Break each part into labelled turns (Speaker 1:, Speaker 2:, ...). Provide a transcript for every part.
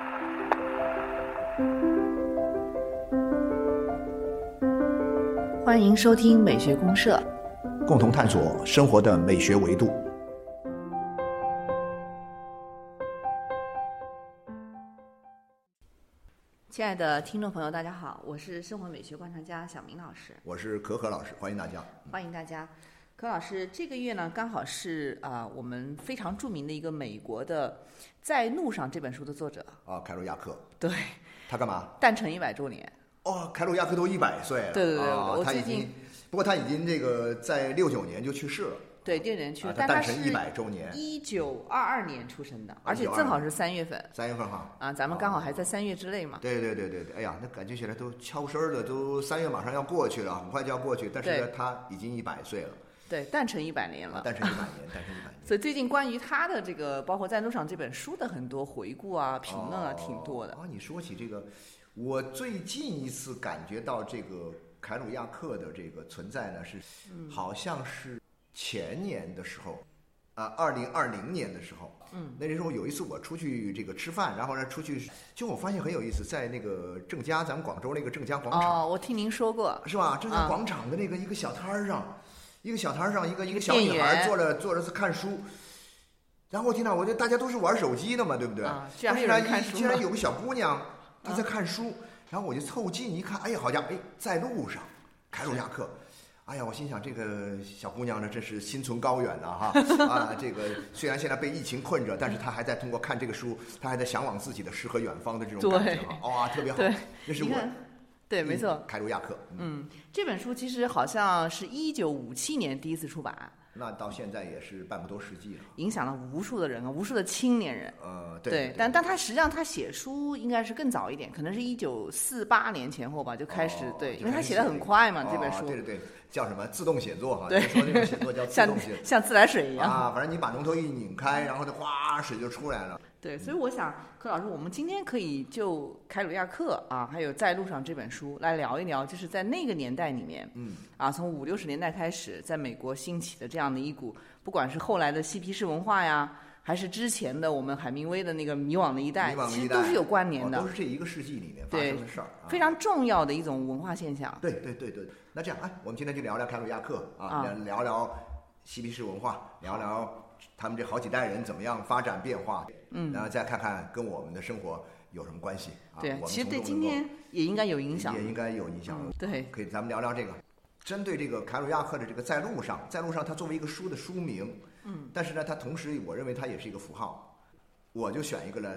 Speaker 1: 欢迎收听美学公社，
Speaker 2: 共同探索生活的美学维度。
Speaker 1: 亲爱的听众朋友，大家好，我是生活美学观察家小明老师，
Speaker 2: 我是可可老师，欢迎大家。
Speaker 1: 欢迎大家。可老师，这个月呢，刚好是我们非常著名的一个美国的《在路上》这本书的作者
Speaker 2: 凯鲁亚克。
Speaker 1: 对，
Speaker 2: 他干嘛？
Speaker 1: 诞辰100周年。
Speaker 2: 凯鲁亚克都100岁了。
Speaker 1: 对，我最近
Speaker 2: 不过他已经这个在69年就去世了。
Speaker 1: 对，69年去世，
Speaker 2: 但诞辰100周年
Speaker 1: ，1922年出生的，而且正好是3月份。
Speaker 2: 3月份哈。
Speaker 1: 咱们刚好还在3月之内嘛。
Speaker 2: 对，哎呀，那感觉起来都悄声的，都3月马上要过去了，很快就要过去，但是呢，他已经100岁了。
Speaker 1: 对，诞辰100年了。
Speaker 2: 诞辰100年。
Speaker 1: 所以最近关于他的这个，包括在路上这本书的很多回顾啊、评论啊，挺多的。
Speaker 2: 你说起这个，我最近一次感觉到这个凯鲁亚克的这个存在呢，是好像是前年的时候，2020年的时候。那时候有一次我出去这个吃饭，然后呢出去，就我发现很有意思，在那个正佳，咱们广州那个正佳广场。
Speaker 1: 我听您说过。
Speaker 2: 是吧？正佳广场的那个一个小摊上。一个小小女孩坐着看书，然后我听到，我觉得大家都是玩手机的嘛，对不对？
Speaker 1: 居然
Speaker 2: 有个小姑娘她在看书，然后我就凑近一看，哎呀，好家伙，在路上，凯鲁亚克，哎呀，我心想这个小姑娘呢，真是心存高远的哈这个虽然现在被疫情困着，但是她还在通过看这个书，她还在向往自己的诗和远方的这种感觉特别好。这是我。
Speaker 1: 对，没错，
Speaker 2: 凯鲁亚克。
Speaker 1: 这本书其实好像是1957年第一次出版，
Speaker 2: 那到现在也是半个多世纪了，
Speaker 1: 影响了无数的人无数的青年人。
Speaker 2: 对，
Speaker 1: 但他实际上他写书应该是更早一点，可能是1948年前后吧就开始。对，因为他写得很快嘛，这本书。
Speaker 2: 对，叫什么自动写作哈？对，说这种写作叫自动写作，
Speaker 1: 像自来水一样
Speaker 2: 反正你把龙头一拧开，然后就哗水就出来了。
Speaker 1: 对，所以我想，柯老师，我们今天可以就凯鲁亚克还有《在路上》这本书来聊一聊，就是在那个年代里面，从50、60年代开始，在美国兴起的这样的一股，不管是后来的嬉皮士文化呀，还是之前的我们海明威的那个迷惘的一代，其实都是有关联的，
Speaker 2: 都是这一个世纪里面发生的事儿，
Speaker 1: 非常重要的一种文化现象。
Speaker 2: 对。那这样，我们今天就聊聊凯鲁亚克聊聊嬉皮士文化，聊聊他们这好几代人怎么样发展变化，然后再看看跟我们的生活有什么关系
Speaker 1: 对，其实对今天也应该有影响，
Speaker 2: 也应该有影响。
Speaker 1: 对，
Speaker 2: 可以，咱们聊聊这个。针对这个凯鲁亚克的这个在路上，它作为一个书的书名，但是呢，它同时我认为它也是一个符号，我就选一个呢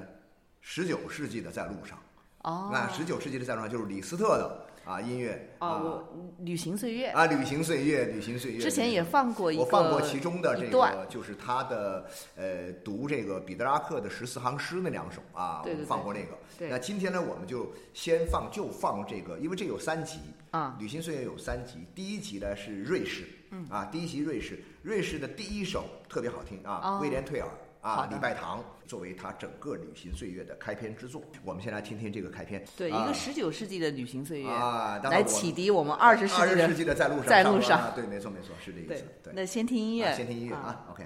Speaker 2: ，19世纪的在路上。那19世纪的在路上就是李斯特的音乐
Speaker 1: 旅行岁月
Speaker 2: 旅行岁月。
Speaker 1: 之前也放过
Speaker 2: 我放过其中的这个，就是他的读这个彼得拉克的14行诗那2首
Speaker 1: 对，
Speaker 2: 我们放过那个。
Speaker 1: 对，
Speaker 2: 那今天呢，我们就先放这个，因为这有3集旅行岁月有3集，第1集呢是瑞士第1集瑞士的第1首特别好听威廉退尔。礼拜堂作为他整个旅行岁月的开篇之作，我们先来听听这个开篇。
Speaker 1: 对，一个19世纪的旅行岁月来启迪我们20世纪的
Speaker 2: 在路上。对，没错，是这意思。对，
Speaker 1: 那先听音乐，
Speaker 2: OK。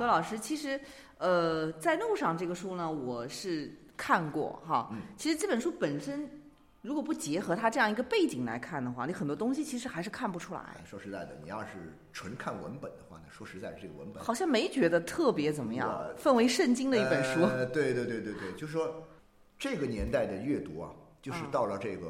Speaker 1: 何老师，其实在路上这个书呢，我是看过哈。其实这本书本身，如果不结合它这样一个背景来看的话，你很多东西其实还是看不出来。
Speaker 2: 说实在的，你要是纯看文本的话呢，说实在的，这个文本
Speaker 1: 好像没觉得特别怎么样，氛围圣经的一本书。
Speaker 2: 对，就是说这个年代的阅读啊，就是到了这个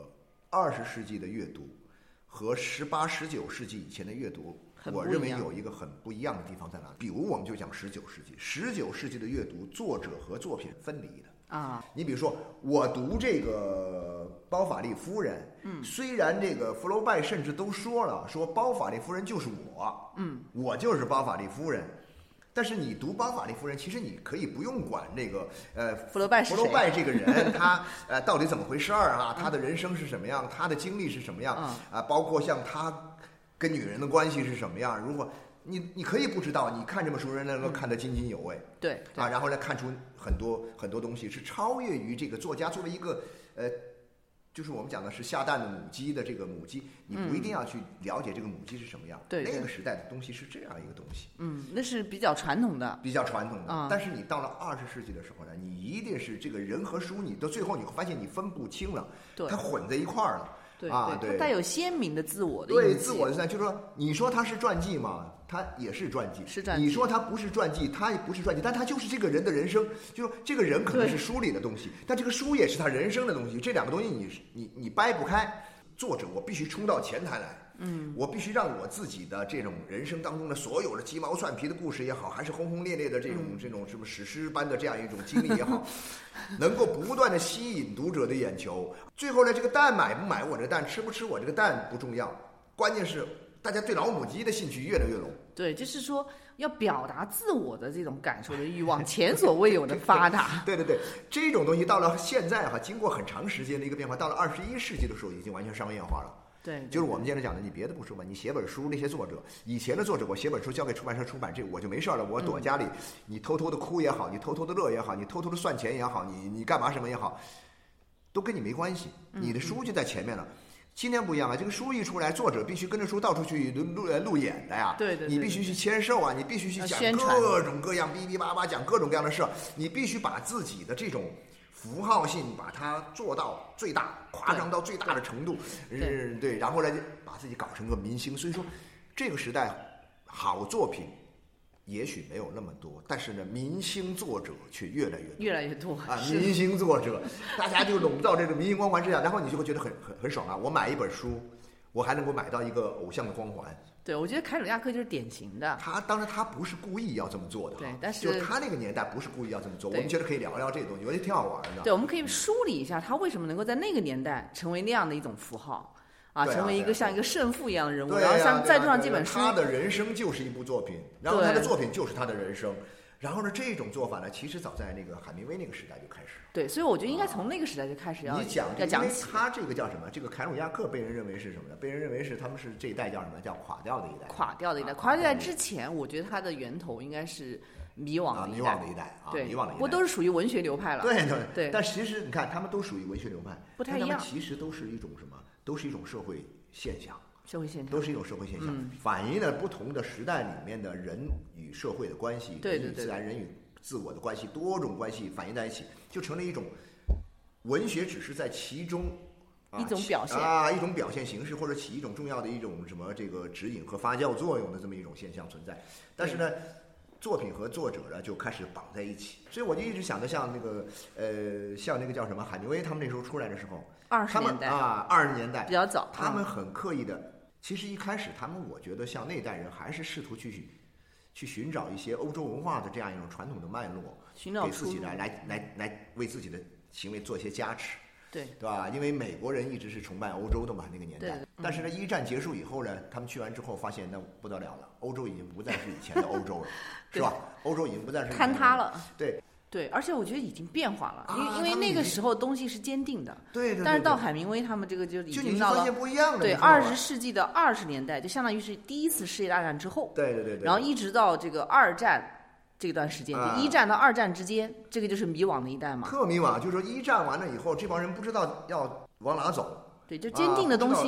Speaker 2: 20世纪的阅读和18、19世纪以前的阅读，我认为有一个很不一样的地方在哪里？比如我们就讲19世纪，19世纪的阅读，作者和作品分离的。你比如说，我读这个包法利夫人，虽然这个福楼拜甚至都说了，说包法利夫人就是我，我就是包法利夫人，但是你读包法利夫人，其实你可以不用管这个
Speaker 1: 福楼拜
Speaker 2: 这个人他到底怎么回事啊？他的人生是什么样？他的经历是什么样？包括像他跟女人的关系是什么样？如果你可以不知道，你看这本书人能够看得津津有味，
Speaker 1: 对
Speaker 2: 然后呢看出很多东西是超越于这个作家作为一个就是我们讲的是下蛋的母鸡的这个母鸡，你不一定要去了解这个母鸡是什么样。
Speaker 1: 对，
Speaker 2: 那个时代的东西是这样一个东西。
Speaker 1: 那是比较传统的。
Speaker 2: 但是你到了20世纪的时候呢，你一定是这个人和书，你到最后你会发现你分不清了，它混在一块儿了。
Speaker 1: 对，它带有鲜明的自我的印记。
Speaker 2: 对，自我的就是说，你说它是传记嘛，它也是传记；你说它不是传记，它也不是传记，但它就是这个人的人生。就说这个人可能是书里的东西，但这个书也是他人生的东西。这两个东西你掰不开。作者，我必须冲到前台来。我必须让我自己的这种人生当中的所有的鸡毛蒜皮的故事也好，还是轰轰烈烈的这种什么史诗般的这样一种经历也好，能够不断的吸引读者的眼球。最后呢，这个蛋买不买我这个蛋，吃不吃我这个蛋不重要，关键是大家对老母鸡的兴趣越来越浓。
Speaker 1: 对，就是说要表达自我的这种感受的欲望前所未有的发达。
Speaker 2: 对，这种东西到了现在经过很长时间的一个变化，到了21世纪的时候已经完全商业化了。
Speaker 1: 对，
Speaker 2: 就是我们现在讲的，你别的不说吧，你写本书，那些作者，以前的作者，我写本书交给出版社出版，这我就没事了，我躲家里，你偷偷的哭也好，你偷偷的乐也好，你偷偷的算钱也好，你干嘛什么也好，都跟你没关系，你的书就在前面了。今天不一样了，这个书一出来，作者必须跟着书到处去路演的呀。
Speaker 1: 对，
Speaker 2: 你必须去签售啊，你必须去讲各种各样哔哔叭叭讲各种各样的事，你必须把自己的这种符号性把它做到最大，夸张到最大的程度，对，然后呢，把自己搞成个明星。所以说，这个时代好作品也许没有那么多，但是呢，明星作者却越来越多啊！明星作者，大家就笼罩这个明星光环之下，然后你就会觉得很爽啊！我买一本书，我还能够买到一个偶像的光环。
Speaker 1: 对，我觉得凯鲁亚克就是典型的。
Speaker 2: 当然他不是故意要这么做的，
Speaker 1: 对，但是
Speaker 2: 就他那个年代不是故意要这么做。我们觉得可以聊聊这个东西，我觉得挺好玩的。
Speaker 1: 对，我们可以梳理一下他为什么能够在那个年代成为那样的一种符号啊，成为一个像一个圣父一样的人物。然后像在路上这本书，
Speaker 2: 他的人生就是一部作品，然后他的作品就是他的人生。然后呢，这种做法呢，其实早在那个海明威那个时代就开始。
Speaker 1: 对，所以我觉得应该从那个时代就开始要讲起。
Speaker 2: 他这个叫什么？这个凯鲁亚克被人认为是什么呢？被人认为是他们是这一代叫什么？叫垮掉的一代。
Speaker 1: 垮掉的一代。垮掉的一代之前，我觉得它的源头应该是迷惘的一代。
Speaker 2: 迷惘的一代啊，
Speaker 1: 对，
Speaker 2: 迷惘的一代。
Speaker 1: 不过都是属于文学流派了。
Speaker 2: 对。但其实你看，他们都属于文学流派，
Speaker 1: 不太一样。
Speaker 2: 其实都是一种什么？都是一种社会现象。
Speaker 1: 都
Speaker 2: 是一种社会现象，反映了不同的时代里面的人与社会的关系，
Speaker 1: 对，
Speaker 2: 人与自然、人与自我的关系，多种关系反映在一起，就成了一种文学，只是在其中
Speaker 1: 一种表现
Speaker 2: 一种表现形式，或者起一种重要的一种什么这个指引和发酵作用的这么一种现象存在。但是呢，作品和作者呢就开始绑在一起，所以我就一直想着像那个叫什么海明威他们那时候出来的时候
Speaker 1: ，20年代
Speaker 2: 20年代
Speaker 1: 比较早，
Speaker 2: 他们很刻意的。其实一开始他们，我觉得像那代人还是试图去寻找一些欧洲文化的这样一种传统的脉络，给自己来为自己的行为做一些加持，
Speaker 1: 对
Speaker 2: 吧？因为美国人一直是崇拜欧洲的嘛，那个年代。但是呢，一战结束以后呢，他们去完之后发现那不得了了，欧洲已经不再是以前的欧洲了，是吧？欧洲已经不再是
Speaker 1: 坍塌了，
Speaker 2: 对，
Speaker 1: 而且我觉得已经变化了，因为那个时候东西是坚定的，
Speaker 2: 对。
Speaker 1: 但是到海明威他们这个就已经到了
Speaker 2: 不一样的，
Speaker 1: 对，20世纪的20年代，就相当于是第一次世界大战之后，
Speaker 2: 对。
Speaker 1: 然后一直到这个二战这段时间，就一战到二战之间，这个就是迷惘的一代嘛。
Speaker 2: 特迷惘，就是说一战完了以后，这帮人不知道要往哪走。
Speaker 1: 对，就坚定的东西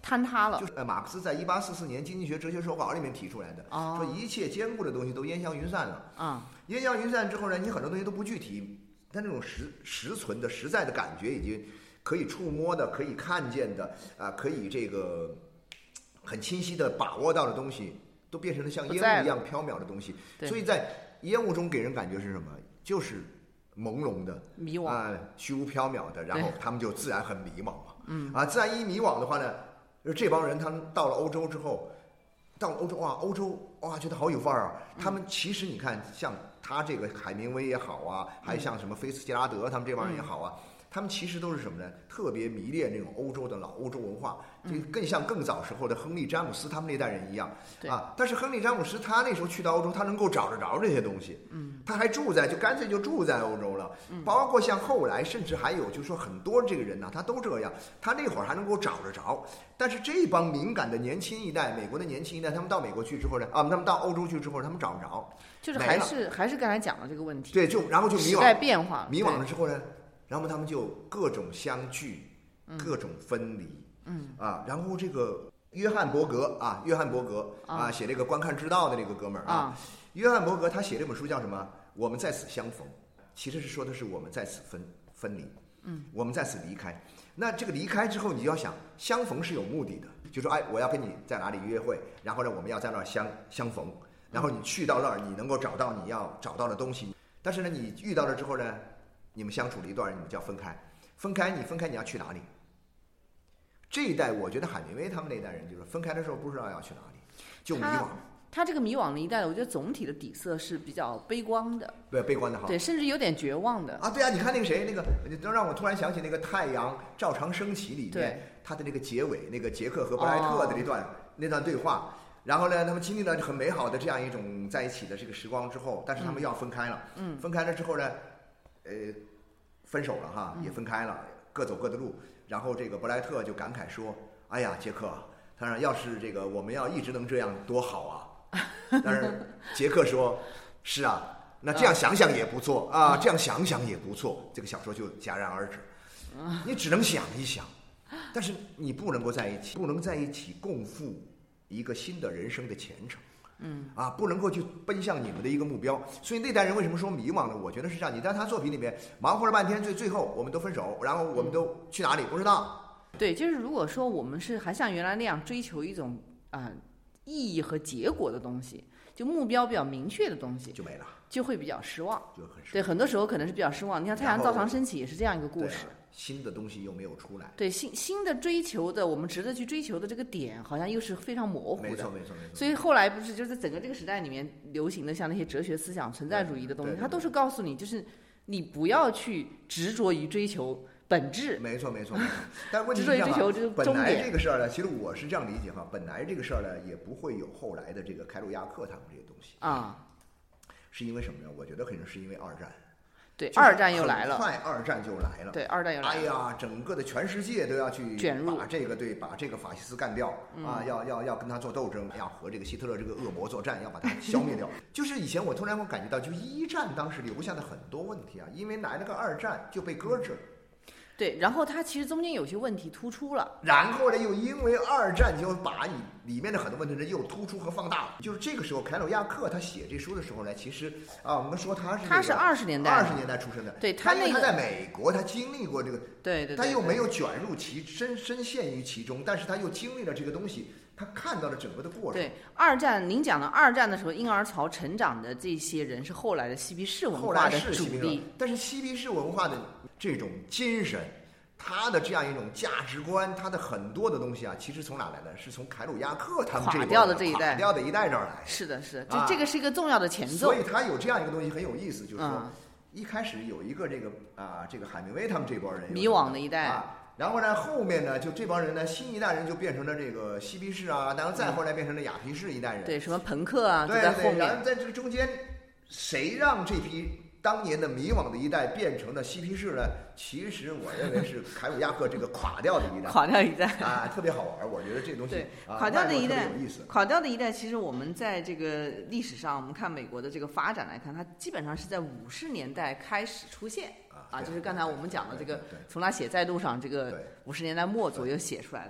Speaker 1: 坍塌了。
Speaker 2: 就是马克思在1844年《经济学哲学手稿》里面提出来的，说一切坚固的东西都烟消云散了。烟消云散之后呢，你很多东西都不具体，但那种实存的、实在的感觉已经可以触摸的、可以看见的可以这个很清晰的把握到的东西，都变成了像烟雾一样缥缈的东西。所以在烟雾中给人感觉是什么？就是朦胧的、
Speaker 1: 迷惘
Speaker 2: 虚无缥缈的，然后他们就自然很迷茫嘛。自然一迷惘的话呢，这帮人他们到了欧洲之后，欧洲觉得好有范儿啊。他们其实你看，像他这个海明威也好啊，还像什么菲茨杰拉德他们这帮人也好啊。他们其实都是什么呢？特别迷恋这种欧洲的老欧洲文化，就更像更早时候的亨利·詹姆斯他们那代人一样但是亨利·詹姆斯他那时候去到欧洲，他能够找得着这些东西，他还干脆就住在欧洲了。包括像后来，甚至还有就是说很多这个人他都这样，他那会儿还能够找得着。但是这帮敏感的年轻一代，美国的年轻一代，他们到美国去之后呢，他们到欧洲去之后，他们找不着，
Speaker 1: 就是还是刚才讲的这个问题。
Speaker 2: 对，然后就迷惘，
Speaker 1: 时代变化，
Speaker 2: 迷惘了之后呢？然后他们就各种相聚，各种分离，然后这个约翰伯格写这个《观看之道》的这个哥们儿约翰伯格他写这本书叫什么？我们在此相逢，其实是说的是我们在此分离，我们在此离开。那这个离开之后，你就要想，相逢是有目的的，就说我要跟你在哪里约会，然后呢，我们要在那儿相逢，然后你去到那儿，你能够找到你要找到的东西。但是呢，你遇到了之后呢？你们相处了一段，你们叫分开，分开你要去哪里？这一代我觉得海明威他们那一代人就是分开的时候不知道要去哪里，就迷惘。
Speaker 1: 他这个迷惘的一代，我觉得总体的底色是比较悲观的，
Speaker 2: 对，悲观的哈，
Speaker 1: 对，甚至有点绝望的
Speaker 2: 对啊，你看那个谁，那个让我突然想起那个《太阳照常升起》里面他的那个结尾，那个杰克和布莱特的那段对话。然后呢，他们经历了很美好的这样一种在一起的这个时光之后，但是他们要分开了。分开了之后呢？分手了哈，也分开了，各走各的路。然后这个布莱特就感慨说：“哎呀，杰克，他说要是这个我们要一直能这样多好啊！”但是杰克说：“是啊，那这样想想也不错啊，这样想想也不错。”这个小说就戛然而止。你只能想一想，但是你不能够在一起，不能在一起共赴一个新的人生的前程。不能够去奔向你们的一个目标，所以那代人为什么说迷茫呢？我觉得是这样。你在他作品里面忙活了半天，最后我们都分手，然后我们都去哪里不知道。
Speaker 1: 对，就是如果说我们是还像原来那样追求一种意义和结果的东西，就目标比较明确的东西，就没了，就会比较失望。对，很多时候可能是比较失望。你看《太阳照常升起》也是这样一个故事。
Speaker 2: 新的东西又没有出来，
Speaker 1: 对新的追求的，我们值得去追求的这个点，好像又是非常模糊的。
Speaker 2: 没错。
Speaker 1: 所以后来不是就在整个这个时代里面流行的像那些哲学思想、存在主义的东西，它都是告诉你，就是你不要去执着于追求本质。
Speaker 2: 没错。但问题是这样本来这个事儿呢，其实我是这样理解哈，本来这个事儿呢也不会有后来的这个凯鲁亚克他们这些东西是因为什么呢？我觉得可能是因为二战。
Speaker 1: 对，二战又来了，
Speaker 2: 快二战就来了。
Speaker 1: 对，二战又来了。
Speaker 2: 哎呀，整个的全世界都要去
Speaker 1: 卷入，
Speaker 2: 把这个法西斯干掉要跟他做斗争，要和这个希特勒这个恶魔作战，要把他消灭掉。就是以前我突然会感觉到，就一战当时留下的很多问题因为来了个二战就被搁置了。
Speaker 1: 对，然后它其实中间有些问题突出了，
Speaker 2: 然后呢，又因为二战就把你里面的很多问题呢又突出和放大了。就是这个时候，凯鲁亚克他写这书的时候呢，其实我们说他是
Speaker 1: 20年代
Speaker 2: 出生的，
Speaker 1: 对
Speaker 2: 他在美国，他经历过这个，
Speaker 1: 对，
Speaker 2: 他又没有卷入深陷于其中，但是他又经历了这个东西。他看到了整个的过程。
Speaker 1: 对，二战，您讲的二战的时候，婴儿潮成长的这些人是后来的嬉皮士文化的主力。
Speaker 2: 但是嬉皮士文化的这种精神，他的这样一种价值观，他的很多的东西其实从哪来的？是从凯鲁亚克他们
Speaker 1: 垮掉的这一
Speaker 2: 代这儿来。
Speaker 1: 是的，这个是一个重要的前奏。
Speaker 2: 所以他有这样一个东西很有意思，就是说，一开始有一个这个海明威他们这波人
Speaker 1: 迷惘的一代。
Speaker 2: 然后呢，后面呢，就这帮人呢，新一代人就变成了这个嬉皮士然后再后来变成了雅皮士一代人。
Speaker 1: 对，什么朋克就在后面。
Speaker 2: 然后在这个中间，谁让这批当年的迷惘的一代变成了嬉皮士呢？其实我认为是凯鲁亚克这个垮掉的一代。
Speaker 1: 垮掉一代
Speaker 2: 特别好玩，我觉得这东西
Speaker 1: 垮掉的一代
Speaker 2: 有意思。
Speaker 1: 垮掉的一代，其实我们在这个历史上，我们看美国的这个发展来看，它基本上是在50年代开始出现。就是刚才我们讲的这个，从他写在路上这个50年代末左右写出来的。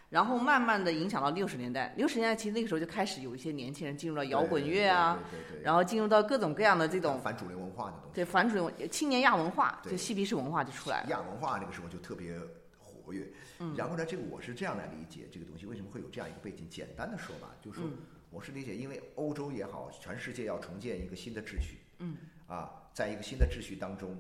Speaker 1: 然后慢慢的影响到60年代，60年代其实那个时候就开始有一些年轻人进入到摇滚乐啊，然后进入到各种各样的这种
Speaker 2: 反主流文化的东西，
Speaker 1: 对反主流青年亚文化，就嬉皮士文化就出来了。
Speaker 2: 亚文化那个时候就特别活跃。然后呢，这个我是这样来理解这个东西为什么会有这样一个背景。简单的说吧，就是说我是理解，因为欧洲也好，全世界要重建一个新的秩序，在一个新的秩序当中，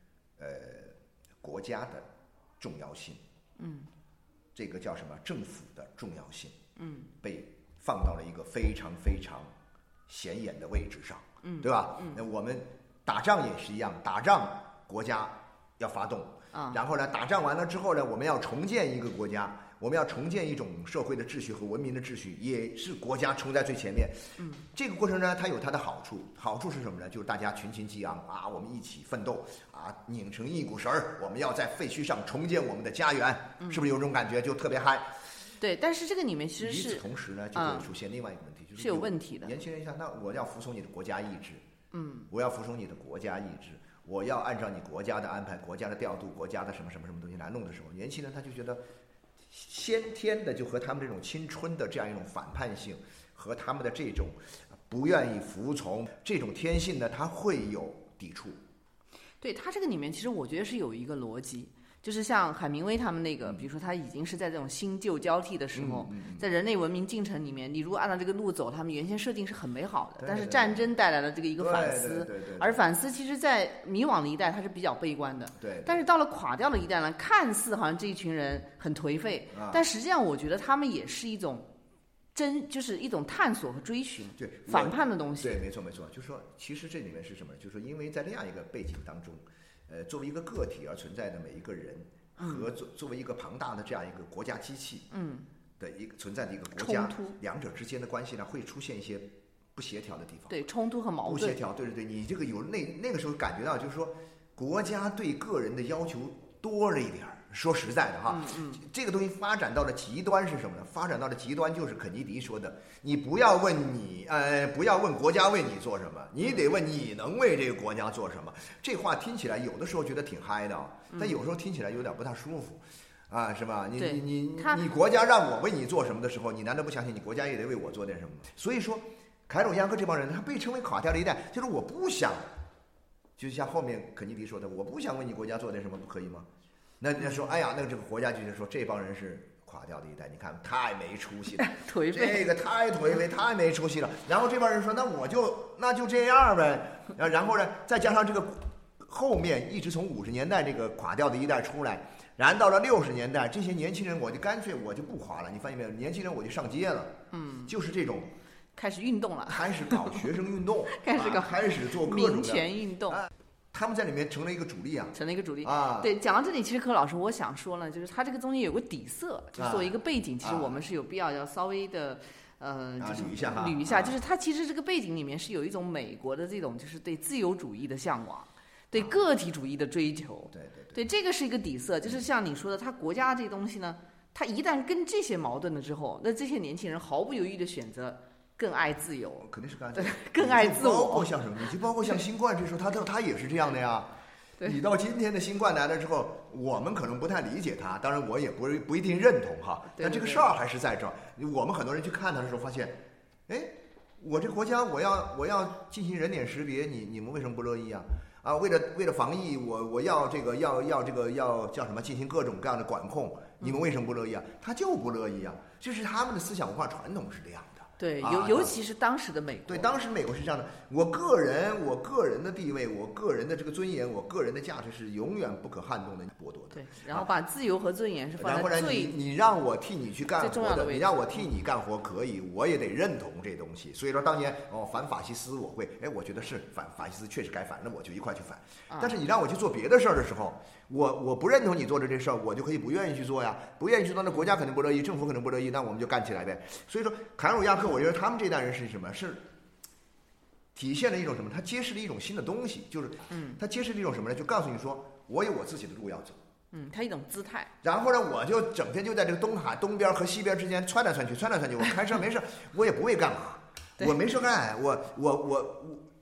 Speaker 2: 国家的重要性，这个叫什么？政府的重要性，被放到了一个非常非常显眼的位置上，对吧？那我们打仗也是一样，打仗国家要发动，然后呢，打仗完了之后呢，我们要重建一个国家，我们要重建一种社会的秩序和文明的秩序，也是国家冲在最前面。这个过程呢，它有它的好处，好处是什么呢？就是大家群情激昂啊，我们一起奋斗啊，拧成一股绳儿，我们要在废墟上重建我们的家园，是不是有这种感觉？就特别嗨。
Speaker 1: 对，但是这个里面其实是
Speaker 2: 与此同时呢，就会出现另外一个问题，就是
Speaker 1: 有问题的。
Speaker 2: 年轻人想，那我要服从你的国家意志，我要服从你的国家意志，我要按照你国家的安排、国家的调度、国家的什么什么什么东西来弄的时候，年轻人他就觉得先天的就和他们这种青春的这样一种反叛性和他们的这种不愿意服从这种天性呢，他会有抵触。
Speaker 1: 对，他这个里面其实我觉得是有一个逻辑。就是像海明威他们那个，比如说他已经是在这种新旧交替的时候，在人类文明进程里面，你如果按照这个路走，他们原先设定是很美好的，但是战争带来了这个一个反思，而反思其实在迷惘的一代它是比较悲观的，但是到了垮掉的一代呢，看似好像这一群人很颓废，但实际上我觉得他们也是一种就是一种探索和追寻，反叛的东西。
Speaker 2: 对，没错没错，就是说其实这里面是什么？就是说因为在那样一个背景当中。作为一个个体而存在的每一个人，和作为一个庞大的这样一个国家机器，的一个存在的一个国家，两者之间的关系呢，会出现一些不协调的地方。
Speaker 1: 对，冲突和矛盾。
Speaker 2: 不协调，对对对，你这个有那个时候感觉到，就是说，国家对个人的要求多了一点儿。说实在的哈，这个东西发展到了极端是什么呢？发展到了极端就是肯尼迪说的，你不要问不要问国家为你做什么，你得问你能为这个国家做什么。这话听起来有的时候觉得挺嗨的，但有时候听起来有点不太舒服，是吧？你国家让我为你做什么的时候，你难道不相信你国家也得为我做点什么？所以说，凯鲁亚克这帮人他被称为垮掉的一代，就是我不想，就像后面肯尼迪说的，我不想为你国家做点什么，不可以吗？那人家说，哎呀，那这个国家就是说这帮人是垮掉的一代，你看太没出息了，
Speaker 1: 颓废，
Speaker 2: 这个太颓废，太没出息了。然后这帮人说，那就这样呗。然后呢，再加上这个后面一直从50年代这个垮掉的一代出来，然后到了60年代，这些年轻人我就干脆我就不垮了。你发现没有？年轻人我就上街了，就是这种
Speaker 1: 开始运动了，
Speaker 2: 开始搞学生运动，
Speaker 1: 开
Speaker 2: 始做各种
Speaker 1: 民权运动。
Speaker 2: 他们在里面成了一个主力啊，
Speaker 1: 成了一个主力啊。对，讲到这里，其实柯老师，我想说呢，就是他这个中间有个底色，就是作为一个背景，其实我们是有必要稍微的，就是捋一下，就是他其实这个背景里面是有一种美国的这种，就是对自由主义的向往，对个体主义的追求。对，这个是一个底色，就是像你说的，他国家这东西呢，他一旦跟这些矛盾了之后，那这些年轻人毫不犹豫的选择。更爱自由，
Speaker 2: 肯定是
Speaker 1: 更爱自我。
Speaker 2: 包括像什么？你就包括像新冠这时候，他也是这样的呀。你到今天的新冠来了之后，我们可能不太理解它，当然我也不一定认同哈。但这个事儿还是在这儿。我们很多人去看它的时候，发现，哎，我这个国家我要进行人脸识别，你们为什么不乐意啊？啊，为了防疫，我要这个要叫什么？进行各种各样的管控，你们为什么不乐意啊？他就不乐意啊，这是他们的思想文化传统是这样的。
Speaker 1: 对，尤其是当时的美国。
Speaker 2: 对，当时美国是这样的。我个人的地位，我个人的这个尊严，我个人的价值是永远不可撼动的剥夺的。
Speaker 1: 对，然后把自由和尊严是放在最
Speaker 2: 你让我替你去干活
Speaker 1: 的，
Speaker 2: 你让我替你干活可以，我也得认同这东西。所以说当年反法西斯，我觉得是法西斯确实该反，那我就一块去反。但是你让我去做别的事儿的时候，我不认同你做的这事儿，我就可以不愿意去做呀，不愿意去做，那国家肯定不乐意，政府肯定不乐意，那我们就干起来呗。所以说凯鲁亚克，我觉得他们这代人是什么？是体现了一种什么？他揭示了一种新的东西，就是他揭示了一种什么呢？就告诉你说，我有我自己的路要走。
Speaker 1: 他一种姿态。然
Speaker 2: 后呢，我就整天就在这个东边和西边之间窜来窜去。我开车没事，我也不会干嘛，我没事干，我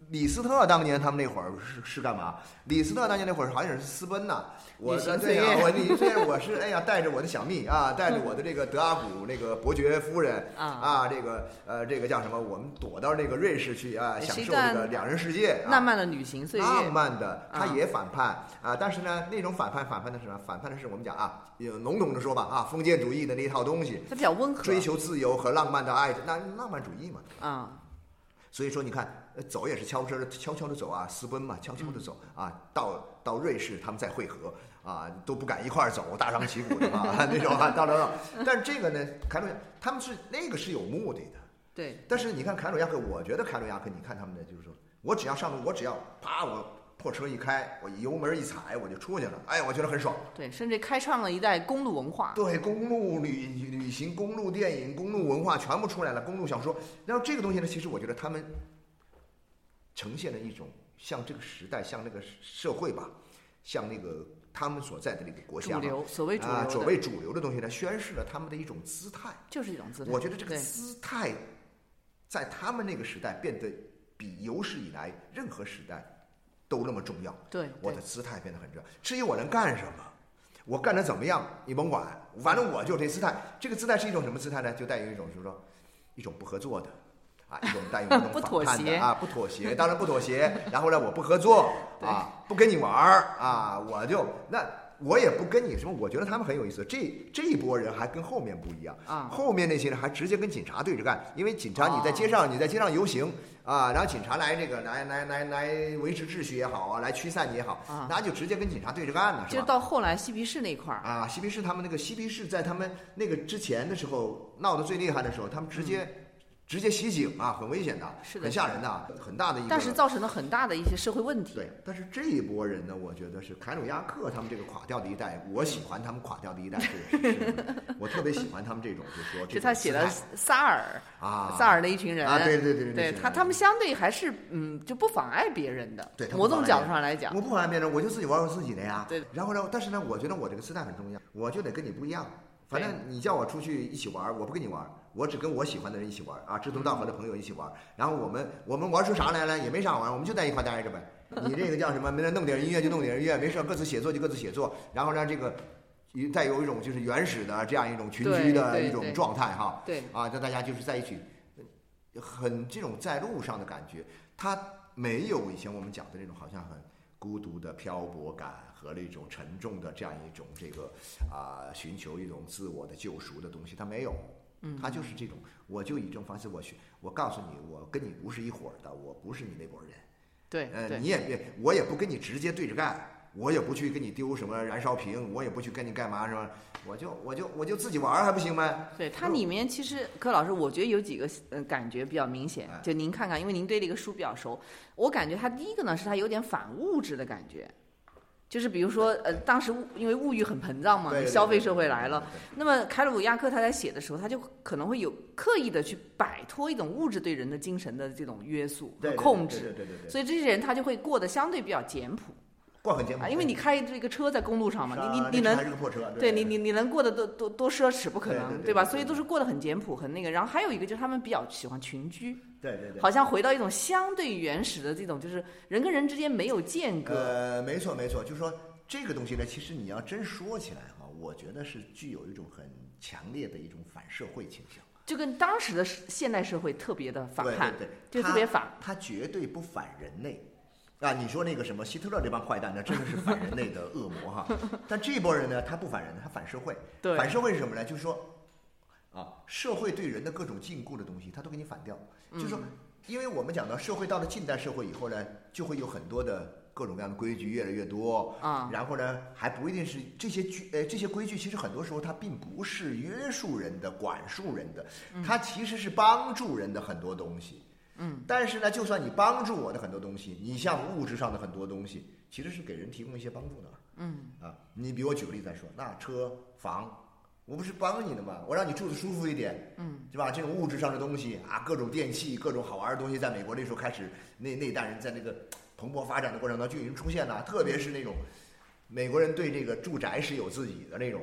Speaker 2: 李斯特当年他们那会儿是干嘛？李斯特当年那会儿好像是私奔呐。我对呀，我是哎呀，带着我的小蜜啊，带着我的这个德阿古那个伯爵夫人啊，这个叫什么？我们躲到那个瑞士去啊，享受这个两人世界，
Speaker 1: 浪漫的旅行岁月。
Speaker 2: 浪漫的，他也反叛啊，但是呢，那种反叛的是什么？反叛的是我们讲啊，笼统的说吧啊，封建主义的那一套东西，
Speaker 1: 它比较温和，
Speaker 2: 追求自由和浪漫的爱，那浪漫主义嘛
Speaker 1: 啊。
Speaker 2: 所以说，你看，走也是悄悄的走啊，私奔嘛，悄悄的走啊，到瑞士他们再会合啊，都不敢一块儿走，大张旗鼓的啊那种啊，到。但是这个呢，凯鲁亚他们是那个是有目的的，
Speaker 1: 对。
Speaker 2: 但是你看凯鲁亚克，我觉得凯鲁亚克，你看他们的就是说，我只要上路，我只要啪，我破车一开，我油门一踩，我就出去了，哎，我觉得很爽。
Speaker 1: 对，甚至开创了一代公路文化。
Speaker 2: 对，公路旅行、公路电影、公路文化全部出来了，公路小说。然后这个东西呢，其实我觉得他们呈现了一种像这个时代、像那个社会吧，像那个他们所在的那个国家
Speaker 1: 主流，所谓
Speaker 2: 主流的东西呢，宣示了他们的一种姿态，
Speaker 1: 就是一种姿态。
Speaker 2: 我觉得这个姿态在他们那个时代变得比有史以来任何时代都那么重要。
Speaker 1: 对，
Speaker 2: 我的姿态变得很重要。至于我能干什么，我干得怎么样，你甭管，反正我就这姿态。这个姿态是一种什么姿态呢？就带有一种就是说，一种不合作的，啊，一种带有一种反叛的啊，不妥协，当然不妥协。然后呢，我不合作啊，不跟你玩啊，我也不跟你什么。我觉得他们很有意思，这一波人还跟后面不一样
Speaker 1: 啊。
Speaker 2: 后面那些人还直接跟警察对着干，因为警察你在街上游行啊，然后警察来维持秩序也好啊，来驱散也好，那就直接跟警察对着干了，是吧？
Speaker 1: 就到后来嬉皮士那块儿
Speaker 2: 啊，嬉皮士他们那个嬉皮士在他们那个之前的时候闹得最厉害的时候，他们直接袭警啊，很危险的，
Speaker 1: 是的，
Speaker 2: 很吓人的，很大的一个。
Speaker 1: 但是造成了很大的一些社会问题。
Speaker 2: 对，但是这一波人呢，我觉得是凯鲁亚克他们这个垮掉的一代，我喜欢他们垮掉的一代是我特别喜欢他们这种，就是说，
Speaker 1: 就他写的萨尔的一群人
Speaker 2: 啊，对，
Speaker 1: 对他们相对还是就不妨碍别人的，
Speaker 2: 对，
Speaker 1: 某种角度上来讲，
Speaker 2: 我不妨碍别人，我就自己玩我自己的呀。
Speaker 1: 对，
Speaker 2: 然后呢，但是呢，我觉得我这个姿态很重要，我就得跟你不一样。反正你叫我出去一起玩，我不跟你玩，我只跟我喜欢的人一起玩啊，志同道合的朋友一起玩。然后我们玩出啥来了也没啥玩，我们就在一块待着呗。你这个叫什么？没人弄点音乐就弄点音乐，没事各自写作就各自写作。然后呢，这个再有一种就是原始的这样一种群居的一种状态哈。
Speaker 1: 对
Speaker 2: 啊，让大家就是在一起，很这种在路上的感觉，它没有以前我们讲的那种好像很孤独的漂泊感和那种沉重的这样一种这个寻求一种自我的救赎的东西，它没有，它就是这种，我就以这种方式我告诉你，我跟你不是一伙的，我不是你那拨人，
Speaker 1: 对，
Speaker 2: 你也别，我也不跟你直接对着干，我也不去跟你丢什么燃烧瓶，我也不去跟你干嘛什么，我就自己玩还不行吗？
Speaker 1: 对，它里面其实柯老师，我觉得有几个感觉比较明显，就您看看，因为您对这个书比较熟，我感觉它第一个呢是它有点反物质的感觉。就是比如说，当时因为物欲很膨胀嘛，消费社会来了。那么凯鲁亚克他在写的时候，他就可能会有刻意的去摆脱一种物质对人的精神的这种约束和控制。
Speaker 2: 对。
Speaker 1: 所以这些人他就会过得相对比较简朴。
Speaker 2: 过很简朴，
Speaker 1: 因为你开这个车在公路上嘛，你能对你能过得多奢侈不可能，对吧？所以都是过得很简朴，很那个。然后还有一个就是他们比较喜欢群居。
Speaker 2: 对，
Speaker 1: 好像回到一种相对原始的这种，就是人跟人之间没有间隔。
Speaker 2: 没错，就是说这个东西呢，其实你要真说起来哈，我觉得是具有一种很强烈的一种反社会倾向，
Speaker 1: 就跟当时的现代社会特别的反叛，
Speaker 2: 对，
Speaker 1: 就特别反。
Speaker 2: 他绝对不反人类啊！你说那个什么希特勒这帮坏蛋呢，真的是反人类的恶魔哈。但这波人呢，他不反人，他反社会。
Speaker 1: 对，
Speaker 2: 反社会是什么呢？就是说。社会对人的各种禁锢的东西，它都给你反掉。就是说，因为我们讲到社会到了近代社会以后呢，就会有很多的各种各样的规矩越来越多
Speaker 1: 啊。
Speaker 2: 然后呢，还不一定是这些规矩，其实很多时候它并不是约束人的、管束人的，它其实是帮助人的很多东西。但是呢，就算你帮助我的很多东西，你像物质上的很多东西，其实是给人提供一些帮助的。你比我举个例子来说，那车房。我不是帮你的吗？我让你住得舒服一点，对吧？这种物质上的东西啊，各种电器、各种好玩的东西，在美国那时候开始，那一代人在那个蓬勃发展的过程当中就已经出现了。特别是那种美国人对这个住宅是有自己的那种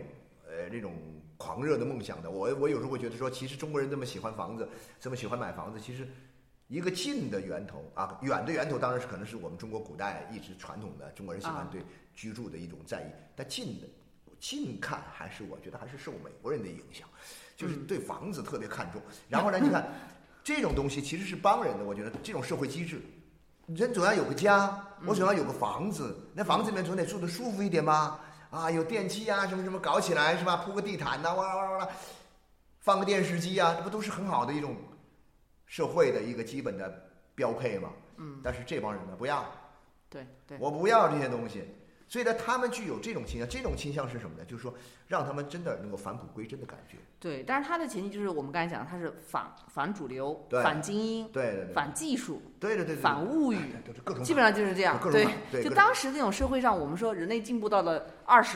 Speaker 2: 狂热的梦想的。我有时候会觉得说，其实中国人这么喜欢房子，这么喜欢买房子，其实一个近的源头啊，远的源头当然是可能是我们中国古代一直传统的中国人喜欢对居住的一种在意，但近看还是我觉得还是受美国人的影响，就是对房子特别看重。然后呢，你看这种东西其实是帮人的，我觉得这种社会机制，人总要有个家，我总要有个房子，那房子里面总得住得舒服一点吧？啊，有电器啊，什么什么搞起来是吧？铺个地毯呐，哇哇哇，放个电视机啊，这不都是很好的一种社会的一个基本的标配吗？但是这帮人呢不要，
Speaker 1: 对，
Speaker 2: 我不要这些东西。所以呢，他们具有这种倾向，这种倾向是什么呢？就是说，让他们真的能够返璞归真的感觉。
Speaker 1: 对，但是它的前提就是我们刚才讲的，它是反主流、
Speaker 2: 对
Speaker 1: 反精英、
Speaker 2: 对，
Speaker 1: 反技术、
Speaker 2: 对，
Speaker 1: 反物欲，
Speaker 2: 各种
Speaker 1: 基本上就是这样。
Speaker 2: 对，
Speaker 1: 就当时那种社会上，我们说人类进步到了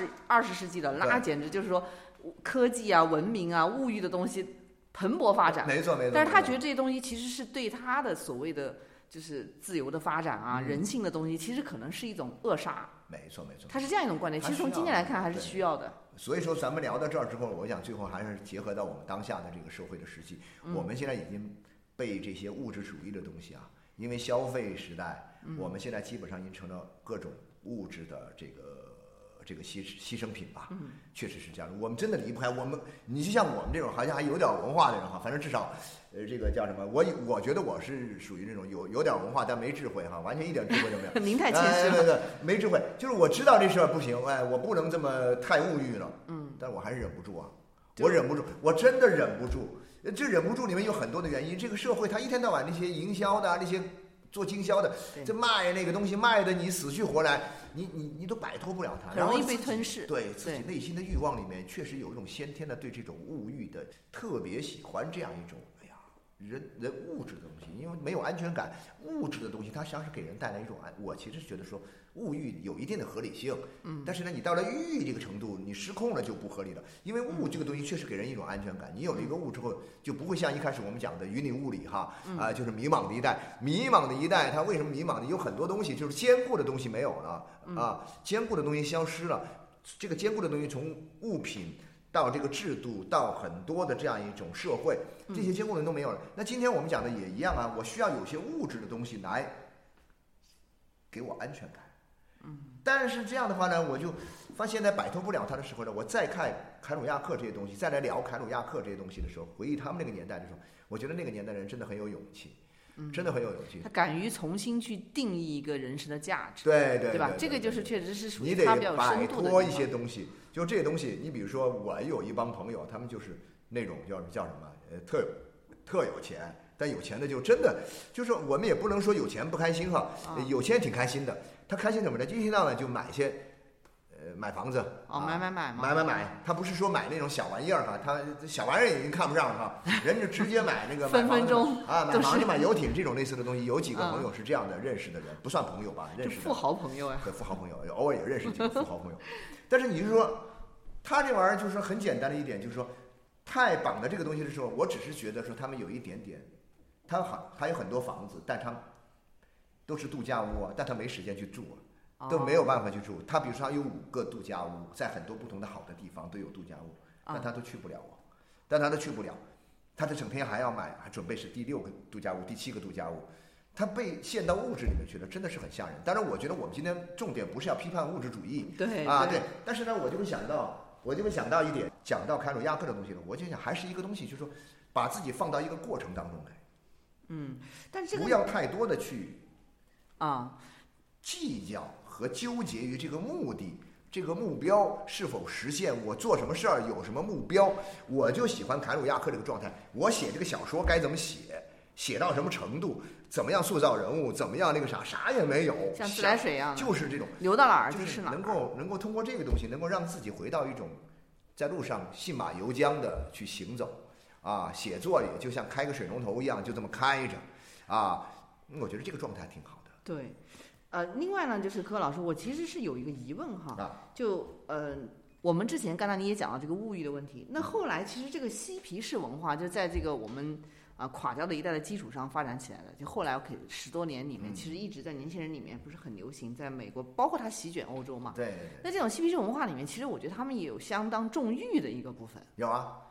Speaker 1: 20世纪了，那简直就是说科技啊、文明啊、物欲的东西蓬勃发展。
Speaker 2: 没错。
Speaker 1: 但是他觉得这些东西其实是对他的所谓的就是自由的发展啊、人性的东西，其实可能是一种扼杀。
Speaker 2: 没错，
Speaker 1: 它是这样一种观点。其实从今天来看，还是需要的。
Speaker 2: 所以说，咱们聊到这儿之后，我想最后还是结合到我们当下的这个社会的实际。我们现在已经被这些物质主义的东西啊，因为消费时代，我们现在基本上已经成了各种物质的这个牺牲品吧。确实是这样的。我们真的离不开你就像我们这种好像还有点文化的人哈，反正至少。这个叫什么？我觉得我是属于那种有点文化但没智慧哈，完全一点智慧都没有。
Speaker 1: 您太谦虚了。
Speaker 2: 对，没智慧，就是我知道这事儿不行，我不能这么太物欲了。但我还是忍不住啊，我忍不住，我真的忍不住。这忍不住里面有很多的原因。这个社会它一天到晚那些营销的那些做经销的，这卖那个东西卖的你死去活来，你都摆脱不了它，
Speaker 1: 很容易被吞噬。
Speaker 2: 对自己内心的欲望里面确实有一种先天的对这种物欲的特别喜欢这样一种。人物质的东西，因为没有安全感，物质的东西它实际上是给人带来一种我其实觉得说物欲有一定的合理性，但是呢，你到了欲这个程度，你失控了就不合理了。因为物这个东西确实给人一种安全感，你有了一个物之后，就不会像一开始我们讲的云里雾里哈，就是迷茫的一代，它为什么迷茫呢？有很多东西就是坚固的东西没有了啊，坚固的东西消失了，这个坚固的东西从物品。到这个制度，到很多的这样一种社会，这些监控人都没有了。那今天我们讲的也一样啊，我需要有些物质的东西来给我安全感。但是这样的话呢，我就发现在摆脱不了它的时候呢，我再看凯鲁亚克这些东西，再来聊凯鲁亚克这些东西的时候，回忆他们那个年代的时候，我觉得那个年代人真的很有勇气。真的很有勇气，
Speaker 1: 他敢于重新去定义一个人生的价值，
Speaker 2: 对
Speaker 1: 吧？这个就是确实是属于
Speaker 2: 你得
Speaker 1: 他比较有深度的。
Speaker 2: 摆脱一些东西，就这些东西，你比如说，我有一帮朋友，他们就是那种叫什么，特有钱，但有钱的就真的就是我们也不能说有钱不开心哈，有钱挺开心的。他开心什么呢？就一天到晚就买一些。买房子买，他不是说买那种小玩意儿哈，他小玩意儿已经看不上了哈，人就直接买那个
Speaker 1: 分分钟
Speaker 2: 啊，买房子买游艇这种类似的东西，有几个朋友是这样的认识的人，不算朋友吧，认识的
Speaker 1: 富豪朋友啊，
Speaker 2: 对，富豪朋友，偶尔也认识几个富豪朋友，但是你是说他这玩意儿就是很简单的一点，就是说太绑的这个东西的时候，我只是觉得说他们有一点点，他有很多房子，但他都是度假屋啊，但他没时间去住啊。都没有办法去住。他比如说他有5个度假屋，在很多不同的好的地方都有度假屋，但他都去不了啊。他这整天还要买，还准备是第6个度假屋、第7个度假屋，他被陷到物质里面去了，真的是很吓人。当然，我觉得我们今天重点不是要批判物质主义，
Speaker 1: 对。
Speaker 2: 但是呢，我就会想到一点，讲到凯鲁亚克的东西了，我就想还是一个东西，就是说把自己放到一个过程当中来，
Speaker 1: 但是这个
Speaker 2: 不要太多的去计较和纠结于这个目的，这个目标是否实现，我做什么事儿有什么目标。我就喜欢凯鲁亚克这个状态，我写这个小说该怎么写到什么程度，怎么样塑造人物，怎么样那个啥也没有，
Speaker 1: 像自来水一样的，
Speaker 2: 就是这种
Speaker 1: 流到哪儿
Speaker 2: 就是
Speaker 1: 哪儿，
Speaker 2: 能够通过这个东西，能够让自己回到一种在路上信马由缰的去行走啊，写作也就像开个水龙头一样，就这么开着啊，我觉得这个状态挺好的。
Speaker 1: 对。另外呢，就是柯老师，我其实是有一个疑问哈，我们之前刚才你也讲到这个物欲的问题，那后来其实这个嬉皮士文化就在这个我们垮掉的一代的基础上发展起来了，就后来10多年里面，其实一直在年轻人里面不是很流行，在美国包括它席卷欧洲嘛。
Speaker 2: 对。
Speaker 1: 那这种嬉皮士文化里面，其实我觉得他们也有相当重欲的一个部分。
Speaker 2: 有啊。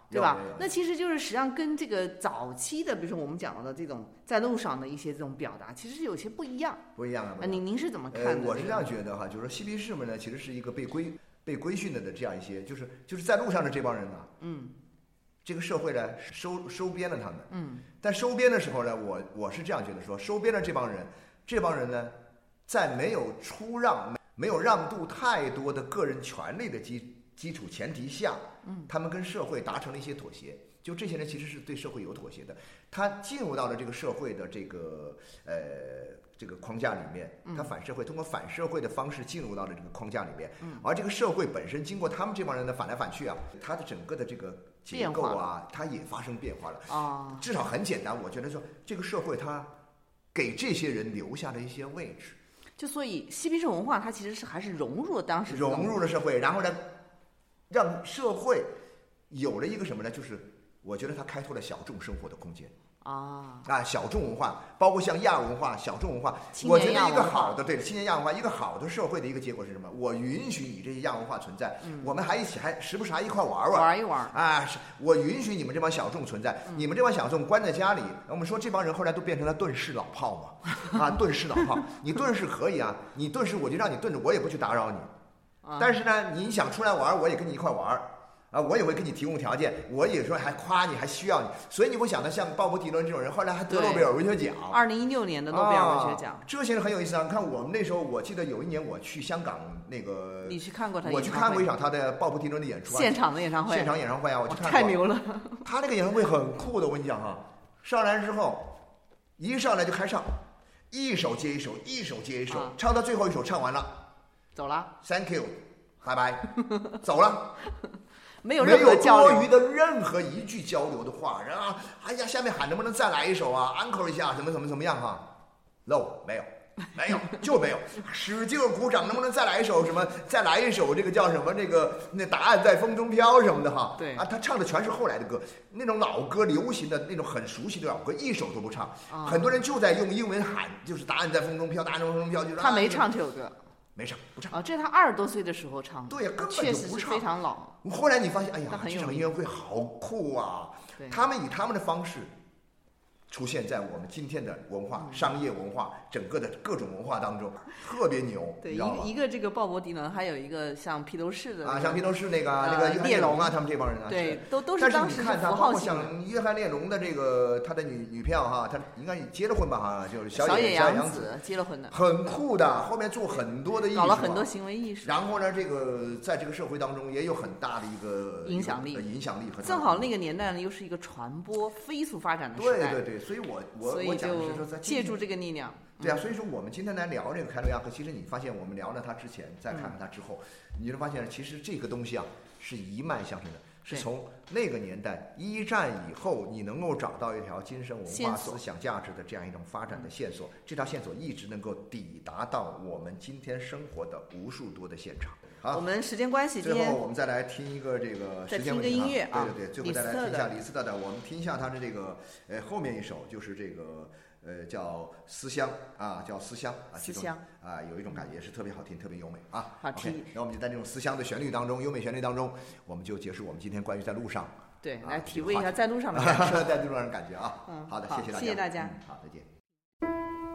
Speaker 1: 对吧？那其实就是实际上跟这个早期的，比如说我们讲到的这种在路上的一些这种表达，其实是有些不一样。
Speaker 2: 不一样啊！
Speaker 1: 您是怎么看的？
Speaker 2: 我是这样觉得哈，就是说嬉皮士们呢，其实是一个被规训的这样一些，就是在路上的这帮人呢，这个社会呢收编了他们，但收编的时候呢，我是这样觉得说，收编的这帮人呢，在没有没有让渡太多的个人权利的基础前提下，他们跟社会达成了一些妥协。就这些人其实是对社会有妥协的，他进入到了这个社会的这个框架里面，他通过反社会的方式进入到了这个框架里面，而这个社会本身经过他们这帮人的反来反去啊，它的整个的这个结构啊，它也发生变化了啊。至少很简单，我觉得说这个社会它给这些人留下了一些位置。
Speaker 1: 就所以嬉皮士文化它其实还是融入了当时
Speaker 2: 融入了社会，然后呢，让社会有了一个什么呢？就是我觉得它开拓了小众生活的空间小众文化，包括像亚文化、小众文化，我觉得一个好的青年亚文化，一个好的社会的一个结果是什么？我允许你这些亚文化存在，我们还时不时还一块玩
Speaker 1: 一玩
Speaker 2: 啊！我允许你们这帮小众存在，你们这帮小众关在家里，我们说这帮人后来都变成了遁世老炮嘛遁世老炮，你遁世可以啊，你遁世我就让你遁着，我也不去打扰你，但是呢，你想出来玩，我也跟你一块玩。我也会给你提供条件，我有时候还夸你，还需要你，所以你会想到像鲍勃迪伦这种人，后来还得诺贝尔文学奖
Speaker 1: ，2016年的诺贝尔文学奖，
Speaker 2: 这些人很有意思啊！你看我们那时候，我记得有一年我去香港那个，
Speaker 1: 你去看过他？
Speaker 2: 我去看过一场他的鲍勃迪伦的演出
Speaker 1: 现场的演唱会
Speaker 2: 啊，我去看过，
Speaker 1: 太牛了！
Speaker 2: 他那个演唱会很酷的，我跟你讲哈，上来之后，一上来就开唱，一首接一首，一首接一首，唱到最后一首唱完了，
Speaker 1: 走了
Speaker 2: ，Thank you， 拜拜，走了。
Speaker 1: 没有多
Speaker 2: 余的任何一句交流的话，然后哎呀，下面喊能不能再来一首啊 ，encore 一下，怎么样哈 ？No， 没有，就没有，使劲鼓掌，能不能再来一首什么？再来一首这个叫什么？那答案在风中飘什么的哈？
Speaker 1: 对
Speaker 2: 他唱的全是后来的歌，那种老歌，流行的那种很熟悉的老歌，一首都不唱。很多人就在用英文喊，就是答案在风中飘，答案在风中飘，就是
Speaker 1: 他没唱这首歌。
Speaker 2: 没唱，不唱
Speaker 1: 这是他20多岁的时候唱的。
Speaker 2: 对呀，根本就不唱，
Speaker 1: 确实是非常老。
Speaker 2: 后来你发现，哎呀，这场音乐会好酷啊！他们以他们的方式出现在我们今天的文化、商业文化、整个的各种文化当中，特别牛。
Speaker 1: 对，一个这个鲍勃迪伦，还有一个像披头士的
Speaker 2: 像披头士那个列侬啊，他们这帮人
Speaker 1: 对，都是当时的符号性。
Speaker 2: 像约翰列侬的这个他的女票哈，他应该结了婚吧哈，就是小野洋子
Speaker 1: 结了婚的，
Speaker 2: 很酷的。后面做很多的艺术，
Speaker 1: 搞了很多行为艺术。
Speaker 2: 然后呢，这个在这个社会当中也有很大的一个
Speaker 1: 影响力
Speaker 2: 和
Speaker 1: 正好那个年代呢，又是一个传播飞速发展的时代。
Speaker 2: 对，所以我讲的是说，在
Speaker 1: 借助这个力量。
Speaker 2: 对啊，所以说我们今天来聊这个凯鲁亚克，其实你发现我们聊了他之前，再看看他之后，你就发现其实这个东西啊是一脉相承的，是从那个年代一战以后，你能够找到一条精神文化思想价值的这样一种发展的线索，这条线索一直能够抵达到我们今天生活的无数多的现场。好，
Speaker 1: 我们时间关系，
Speaker 2: 最后我们再来听一个这个时间问题，
Speaker 1: 再听一个音乐啊，
Speaker 2: 对，最后再来听一下李斯特的，我们听一下他的这个后面一首就是这个。叫思乡啊，叫思乡啊，
Speaker 1: 思乡
Speaker 2: 啊，有一种感觉是特别好听，特别优美啊。
Speaker 1: 好听。
Speaker 2: 那我们就在这种思乡的旋律当中，优美旋律当中，我们就结束我们今天关于在路上
Speaker 1: 来体会一下在路上的感受，
Speaker 2: 在路上的感觉啊。好的，谢谢大家。
Speaker 1: 谢谢大家。
Speaker 2: 好，再见。